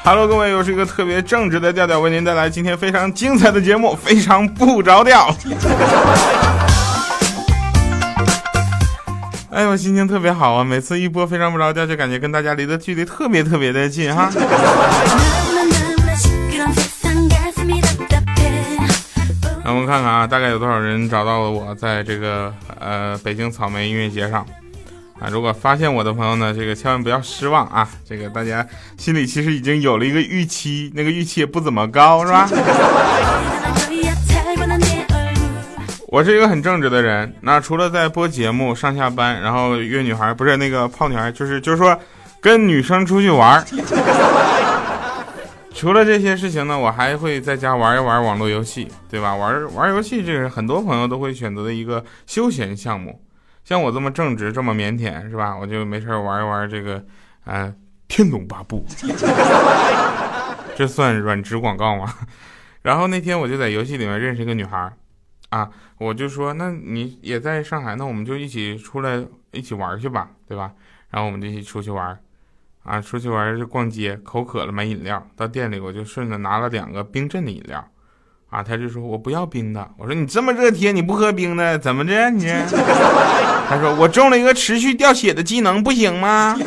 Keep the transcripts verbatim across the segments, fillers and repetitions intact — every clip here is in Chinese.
Hello， 各位，又是一个特别正直的调调，为您带来今天非常精彩的节目，非常不着调。哎，我心情特别好啊！每次一播非常不着调，就感觉跟大家离的距离特别特别的近哈。让我们看看啊，大概有多少人找到了我在这个呃北京草莓音乐节上啊！如果发现我的朋友呢，这个千万不要失望啊！这个大家心里其实已经有了一个预期，那个预期也不怎么高，是吧？我是一个很正直的人，那除了在播节目、上下班，然后约女孩，不是那个泡女孩，就是就是说跟女生出去玩。除了这些事情呢，我还会在家玩一玩网络游戏，对吧？玩玩游戏，这是很多朋友都会选择的一个休闲项目。像我这么正直，这么腼腆，是吧？我就没事玩一玩这个，呃，天龙八部。这算软植广告吗？然后那天我就在游戏里面认识一个女孩。啊，我就说，那你也在上海，那我们就一起出来一起玩去吧，对吧？然后我们就一起出去玩，啊，出去玩就逛街，口渴了买饮料，到店里我就顺着拿了两个冰镇的饮料，啊，他就说我不要冰的，我说你这么热天你不喝冰的怎么着你？他说我中了一个持续掉血的技能，不行吗？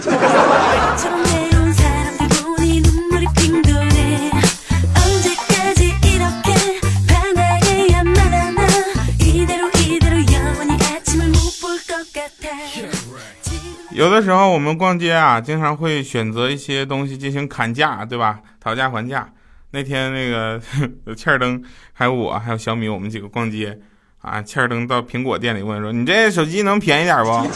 有的时候我们逛街啊，经常会选择一些东西进行砍价，对吧？讨价还价。那天那个切尔登还有我还有小米，我们几个逛街啊，切尔登到苹果店里问说：“你这手机能便宜点不？”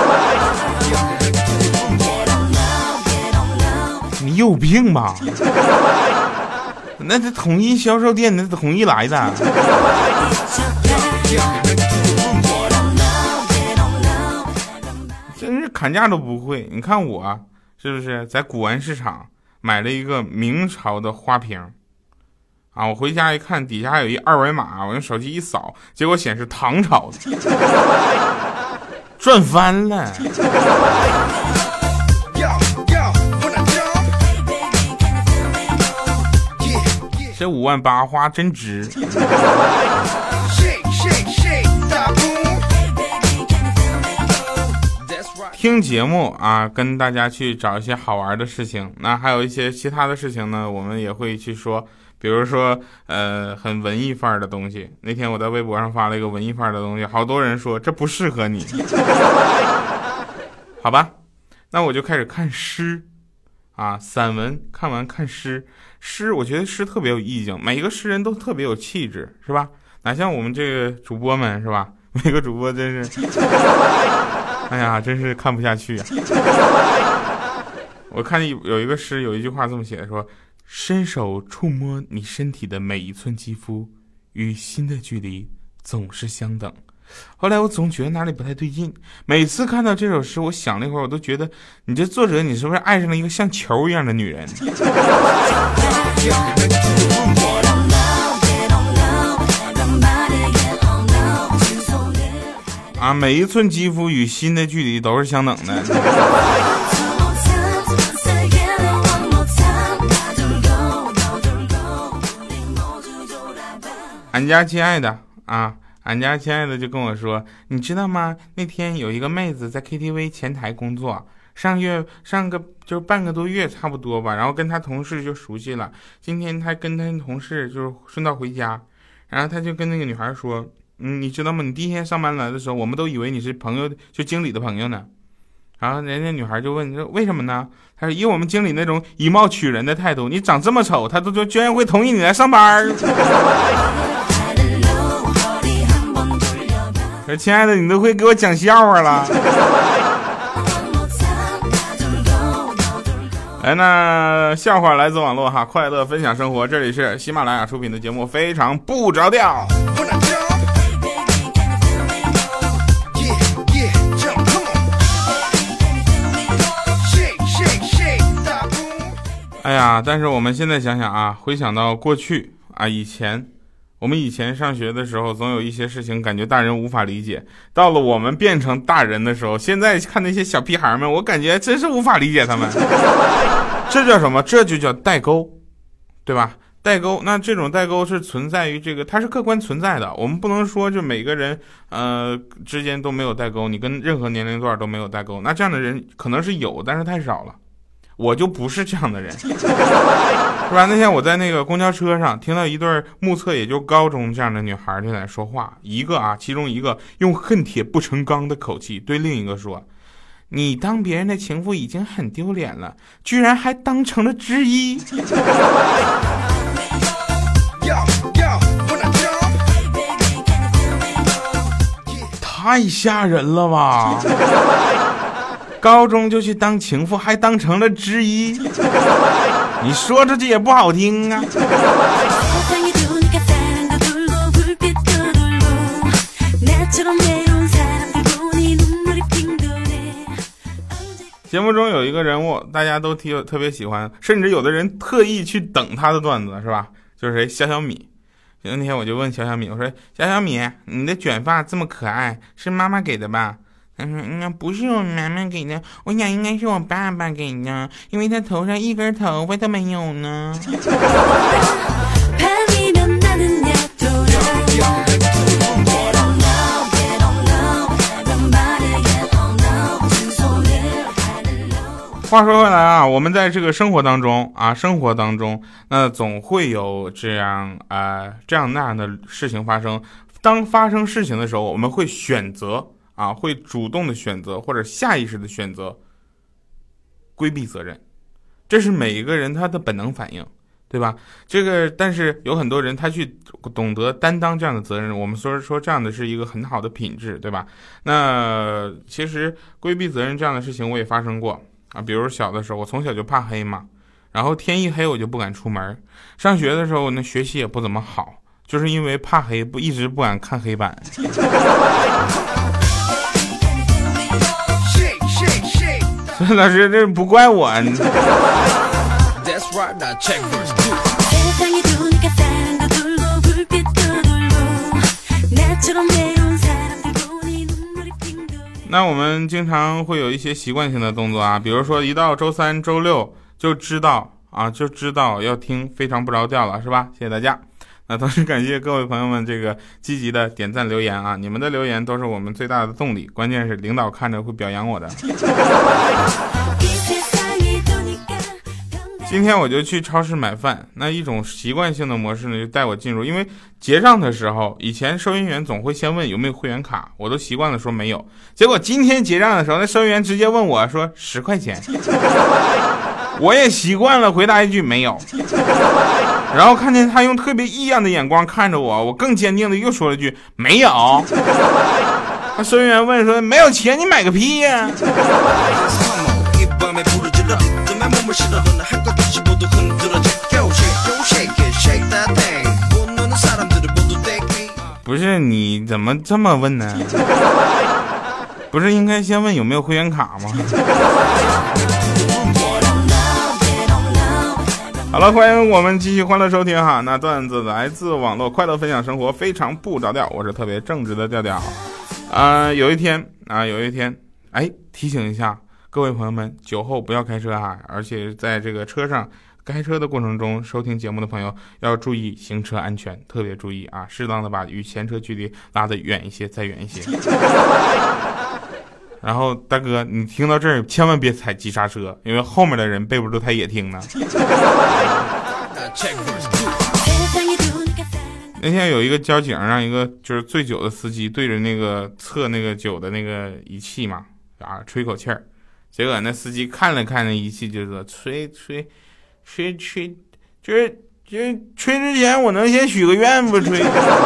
你有病吧？那是统一销售店，那是统一来的。真是砍价都不会。你看我是不是在古玩市场买了一个明朝的花瓶啊？我回家一看，底下还有一二维码，我用手机一扫，结果显示唐朝的，赚翻了。这五万八花真值。听节目啊，跟大家去找一些好玩的事情，那还有一些其他的事情呢，我们也会去说，比如说呃很文艺范儿的东西。那天我在微博上发了一个文艺范儿的东西，好多人说这不适合你。好吧，那我就开始看诗啊，散文，看完看诗。诗我觉得诗特别有意境，每一个诗人都特别有气质，是吧？哪像我们这个主播们，是吧？每个主播真是哎呀，真是看不下去啊！我看有一个诗，有一句话这么写的，说：“伸手触摸你身体的每一寸肌肤，与心的距离总是相等。”后来我总觉得哪里不太对劲，每次看到这首诗，我想了一会儿，我都觉得你这作者，你是不是爱上了一个像球一样的女人？啊，每一寸肌肤与心的距离都是相等的。俺家亲爱的啊，俺家亲爱的就跟我说，你知道吗？那天有一个妹子在 K T V 前台工作，上月上个就是半个多月差不多吧，然后跟她同事就熟悉了。今天她跟她同事就是顺道回家，然后她就跟那个女孩说，嗯，你知道吗？你第一天上班来的时候，我们都以为你是朋友，就经理的朋友呢。然后人家女孩就问说为什么呢？他说以我们经理那种以貌取人的态度，你长这么丑，他都就居然会同意你来上班。说亲爱的，你都会给我讲笑话了。来，那笑话来自网络哈，快乐分享生活，这里是喜马拉雅出品的节目，非常不着调。哎呀，但是我们现在想想啊，回想到过去啊，以前我们以前上学的时候，总有一些事情感觉大人无法理解，到了我们变成大人的时候，现在看那些小屁孩们，我感觉真是无法理解他们。 这叫什么？这就叫代沟，对吧？代沟，那这种代沟是存在于这个，它是客观存在的。我们不能说就每个人呃之间都没有代沟，你跟任何年龄段都没有代沟。那这样的人可能是有，但是太少了。我就不是这样的人，是吧？那天我在那个公交车上听到一对目测也就高中这样的女孩就在说话，一个啊，其中一个用恨铁不成钢的口气对另一个说：“你当别人的情妇已经很丢脸了，居然还当成了之一。”太吓人了吧！高中就去当情妇，还当成了之一，你说这这也不好听啊。节目中有一个人物，大家都特特别喜欢，甚至有的人特意去等他的段子，是吧？就是谁？小小米。那天我就问小小米，我说：“小小米，你的卷发这么可爱，是妈妈给的吧？”他说：“应该不是我妈妈给的，我想应该是我爸爸给的，因为他头上一根头发都没有呢。”话说回来啊，我们在这个生活当中啊，生活当中，那总会有这样啊、呃、这样那样的事情发生。当发生事情的时候，我们会选择啊，会主动的选择或者下意识的选择规避责任，这是每一个人他的本能反应，对吧？这个，但是有很多人他去懂得担当这样的责任，我们说说这样的是一个很好的品质，对吧？那其实规避责任这样的事情我也发生过。啊，比如小的时候，我从小就怕黑嘛，然后天一黑我就不敢出门。上学的时候，那学习也不怎么好，就是因为怕黑，不一直不敢看黑板。所以老师，这不怪我。那我们经常会有一些习惯性的动作啊，比如说一到周三周六就知道啊，就知道要听非常不着调了，是吧？谢谢大家。那同时感谢各位朋友们这个积极的点赞留言啊，你们的留言都是我们最大的动力，关键是领导看着会表扬我的。今天我就去超市买饭，那一种习惯性的模式呢，就带我进入，因为结账的时候，以前收银员总会先问有没有会员卡，我都习惯了说没有，结果今天结账的时候，那收银员直接问我说十块钱，我也习惯了回答一句没有，然后看见他用特别异样的眼光看着我，我更坚定的又说了一句没有，他收银员问说没有钱你买个屁呀、啊不是，你怎么这么问呢？不是应该先问有没有会员卡吗？好了，欢迎我们继续欢乐收听哈。那段子来自网络，快乐分享生活，非常不着调，我是特别正直的调调。啊、呃，有一天啊，有一天，哎，提醒一下各位朋友们，酒后不要开车哈，而且在这个车上开车的过程中收听节目的朋友要注意行车安全，特别注意啊，适当的把与前车距离拉得远一些，再远一些。然后大哥，你听到这儿千万别踩急刹车，因为后面的人背不住他也听呢。那天有一个交警让一个就是醉酒的司机对着那个测那个酒的那个仪器嘛啊吹口气儿，结果那司机看了看那仪器就说吹吹吹吹，就是就是吹之前我能先许个愿不吹。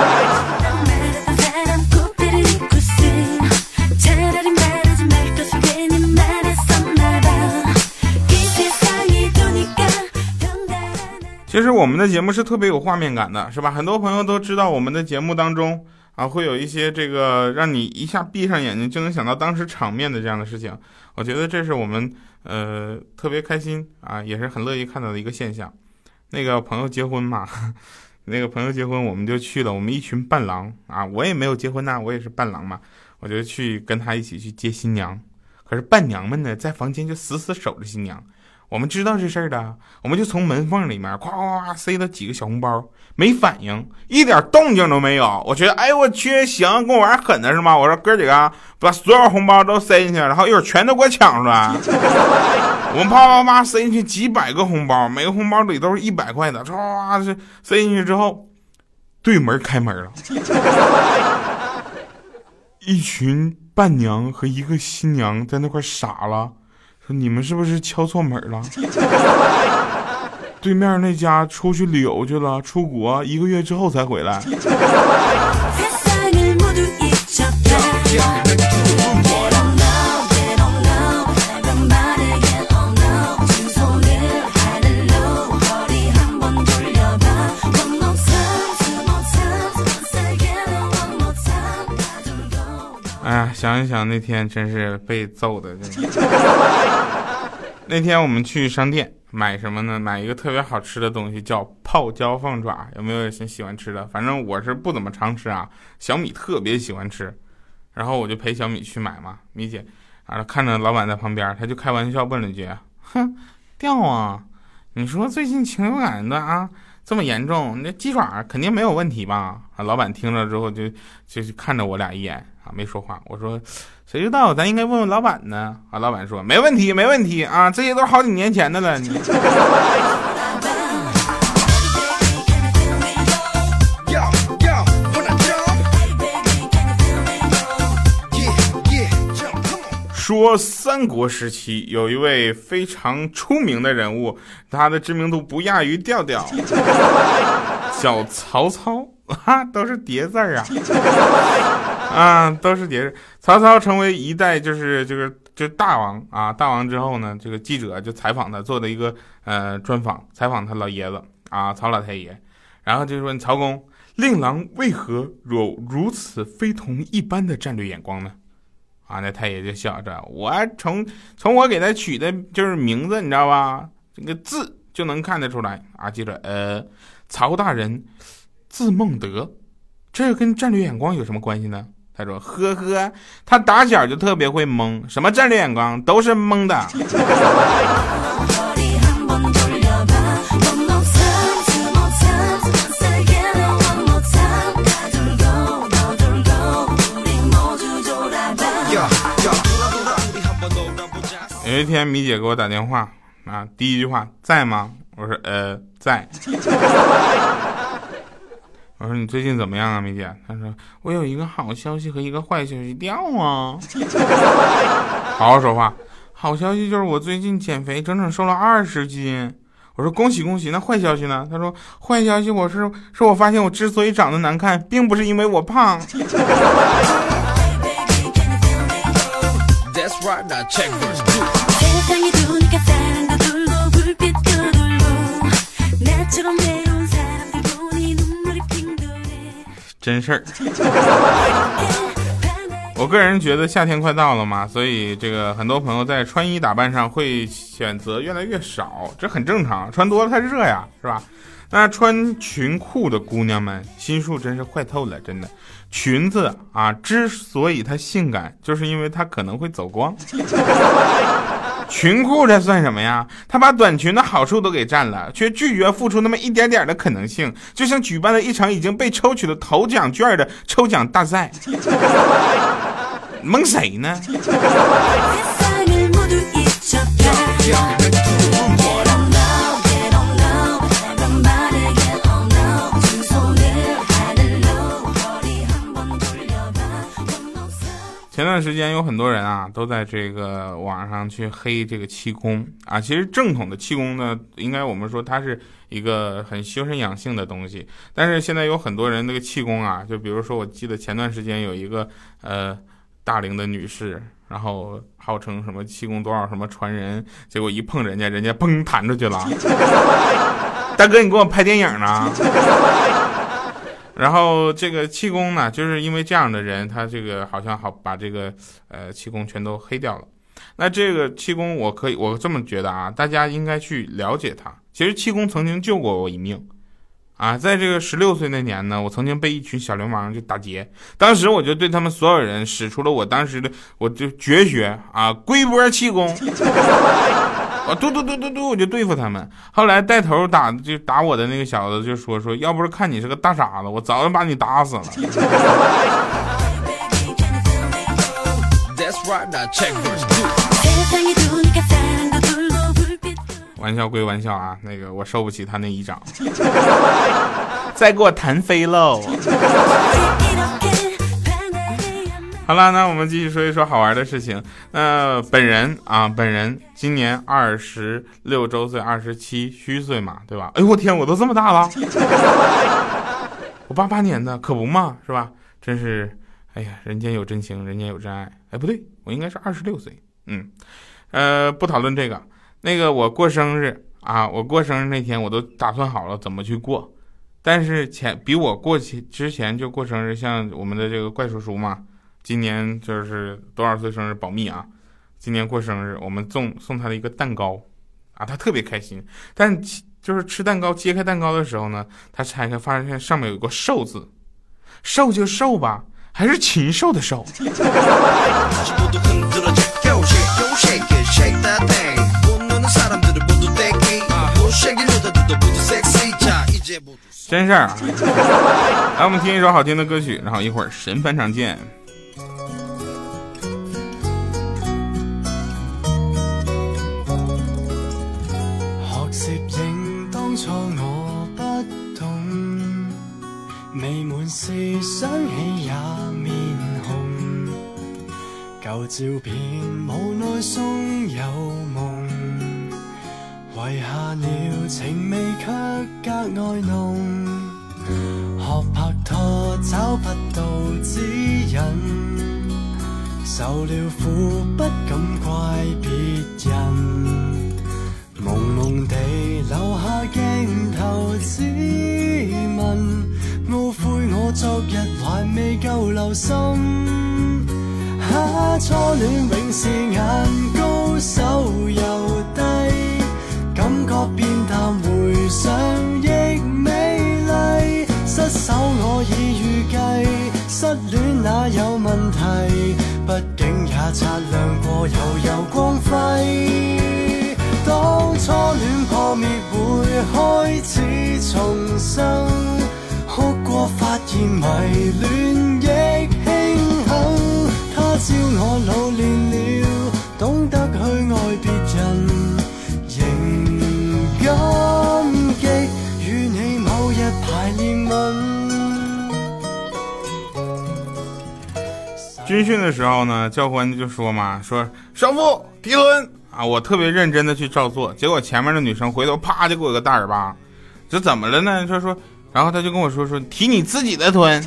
其实我们的节目是特别有画面感的，是吧？很多朋友都知道我们的节目当中啊，会有一些这个让你一下闭上眼睛就能想到当时场面的这样的事情。我觉得这是我们呃特别开心啊，也是很乐意看到的一个现象。那个朋友结婚嘛，那个朋友结婚我们就去了，我们一群伴郎啊，我也没有结婚呐、啊，我也是伴郎嘛，我就去跟他一起去接新娘。可是伴娘们呢，在房间就死死守着新娘。 我们知道这事儿的，我们就从门缝里面夸夸夸塞了几个小红包，没反应，一点动静都没有。我觉得，哎我去，行，跟我玩狠的是吗？我说哥几个把所有红包都塞进去，然后一会儿全都给我抢出来。我们啪啪啪塞进去几百个红包，每个红包里都是一百块的，唰是塞进去之后，对门开门了，一群伴娘和一个新娘在那块傻了。你们是不是敲错门了？对面那家出去旅游去了，出国一个月之后才回来。哎呀，想一想那天真是被揍的。那天我们去商店买什么呢？买一个特别好吃的东西，叫泡椒凤爪。有没有人喜欢吃的？反正我是不怎么常吃啊。小米特别喜欢吃，然后我就陪小米去买嘛。米姐啊，看着老板在旁边，他就开玩笑问了一句：“哼，掉啊！你说最近禽流感的啊这么严重，那鸡爪肯定没有问题吧？”啊，老板听了之后就就看着我俩一眼啊，没说话。我说谁知道，咱应该问问老板呢。啊，老板说没问题没问题啊，这些都是好几年前的了。说三国时期有一位非常出名的人物，他的知名度不亚于调调，叫曹操啊，都是叠字儿啊。啊，都是叠字。曹操成为一代就是这个就大王啊，大王之后呢，这个记者就采访他，做的一个呃专访，采访他老爷子啊，曹老太爷，然后就说：“曹公，令郎为何有如此非同一般的战略眼光呢？”啊，那太爷就笑着，我从从我给他取的就是名字，你知道吧？这个字就能看得出来啊。记者，呃，曹大人字孟德，这跟战略眼光有什么关系呢？他说：“呵呵，他打小就特别会蒙，什么战略眼光都是蒙的。”有一天米姐给我打电话啊，第一句话在吗？我说呃在。我说你最近怎么样啊，米姐？她说我有一个好消息和一个坏消息，掉啊。好好说话。好消息就是我最近减肥，整整瘦了二十斤。我说恭喜恭喜。那坏消息呢？她说坏消息我是是我发现我之所以长得难看，并不是因为我胖。真事儿。我个人觉得夏天快到了嘛，所以这个很多朋友在穿衣打扮上会选择越来越少，这很正常，穿多了它热呀，是吧？那穿裙裤的姑娘们心术真是坏透了，真的。裙子啊，之所以它性感，就是因为它可能会走光。裙裤这算什么呀？他把短裙的好处都给占了，却拒绝付出那么一点点的可能性，就像举办了一场已经被抽取了头奖券的抽奖大赛。蒙谁呢？前段时间有很多人啊，都在这个网上去黑这个气功啊。其实正统的气功呢，应该我们说它是一个很修身养性的东西。但是现在有很多人那个气功啊，就比如说我记得前段时间有一个呃大龄的女士，然后号称什么气功多少什么传人，结果一碰人家，人家砰弹出去了。大哥，你给我拍电影呢？然后这个气功呢，就是因为这样的人，他这个好像好把这个呃气功全都黑掉了。那这个气功，我可以我这么觉得啊，大家应该去了解它。其实气功曾经救过我一命啊，在这个十六岁那年呢，我曾经被一群小流氓就打劫，当时我就对他们所有人使出了我当时的我就绝学啊，龟波气功。 我嘟嘟嘟嘟嘟我就对付他们。后来带头打就打我的那个小子就说说，要不是看你是个大傻子，我早就把你打死了。玩笑归玩笑啊，那个我受不起他那一掌，再给我弹飞喽。好了，那我们继续说一说好玩的事情。那本人啊，本人今年二十六周岁，二十七虚岁嘛，对吧？哎呦我天，我都这么大了，我八八年的，可不嘛，是吧？真是，哎呀，人间有真情，人间有真爱。哎，不对，我应该是二十六岁。嗯，呃，不讨论这个。那个我过生日啊，我过生日那天我都打算好了怎么去过，但是前比我过去之前就过生日，像我们的这个怪叔叔嘛。今年就是多少岁生日保密啊，今年过生日我们送送他的一个蛋糕啊，他特别开心，但就是吃蛋糕揭开蛋糕的时候呢，他拆开发现上面有个寿字，寿就寿吧，还是禽兽的兽。真事儿啊。来我们听一首好听的歌曲，然后一会儿神返场见。 未滿時想起也面紅，舊照片無奈送有夢，遺下了情味卻格外濃，學拍拖找不到指引，受了苦不敢怪別人，朦朦地留下鏡頭只問，懊悔我昨日還未夠留心，啊，初戀永是眼高手又低，感覺變淡回想亦美麗，失手我已預計，失戀哪有問題，畢竟也擦亮過悠悠光輝，當初戀破滅會開始重生，哭過發現迷戀亦慶幸，他朝我老練了，懂得去愛別人，仍感激與你某日排練吻。 军训的时候呢，教官就说嘛，说少妇提臀啊，我特别认真的去照做，结果前面的女生回头啪就给我个大耳巴，这怎么了呢？他说。然后他就跟我说说提你自己的臀。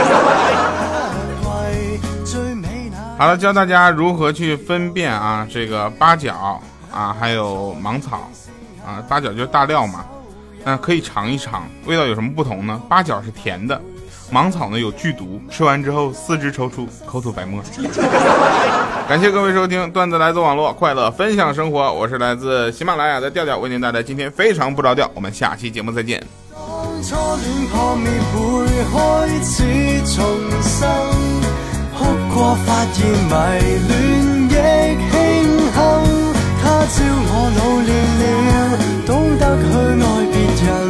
好了，教大家如何去分辨啊这个八角啊还有芒草啊，八角就是大料嘛，那可以尝一尝味道有什么不同呢？八角是甜的，芒草呢有剧毒，吃完之后四肢抽搐，口吐白沫。感谢各位收听段子来自网络，快乐分享生活，我是来自喜马拉雅的调调，为您带来今天非常不着调，我们下期节目再见。 初戀破滅會開始重生，哭過發現迷戀亦慶幸，他朝我老練了，懂得去愛別人，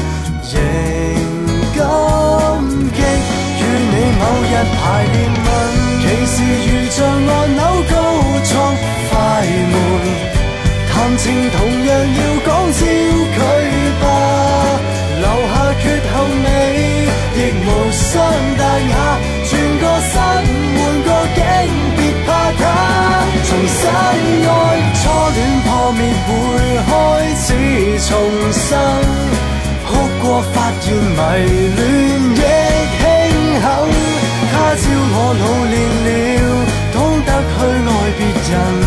仍感激與你某日排練吻，其時如像按鈕高速快門，談情同樣要講焦距吧，留下缺後尾，亦無傷大雅，轉個身換個境，別怕他重新愛，初戀破滅會開始重生，哭過發現迷戀亦慶幸，他朝我老練了，懂得去愛別人。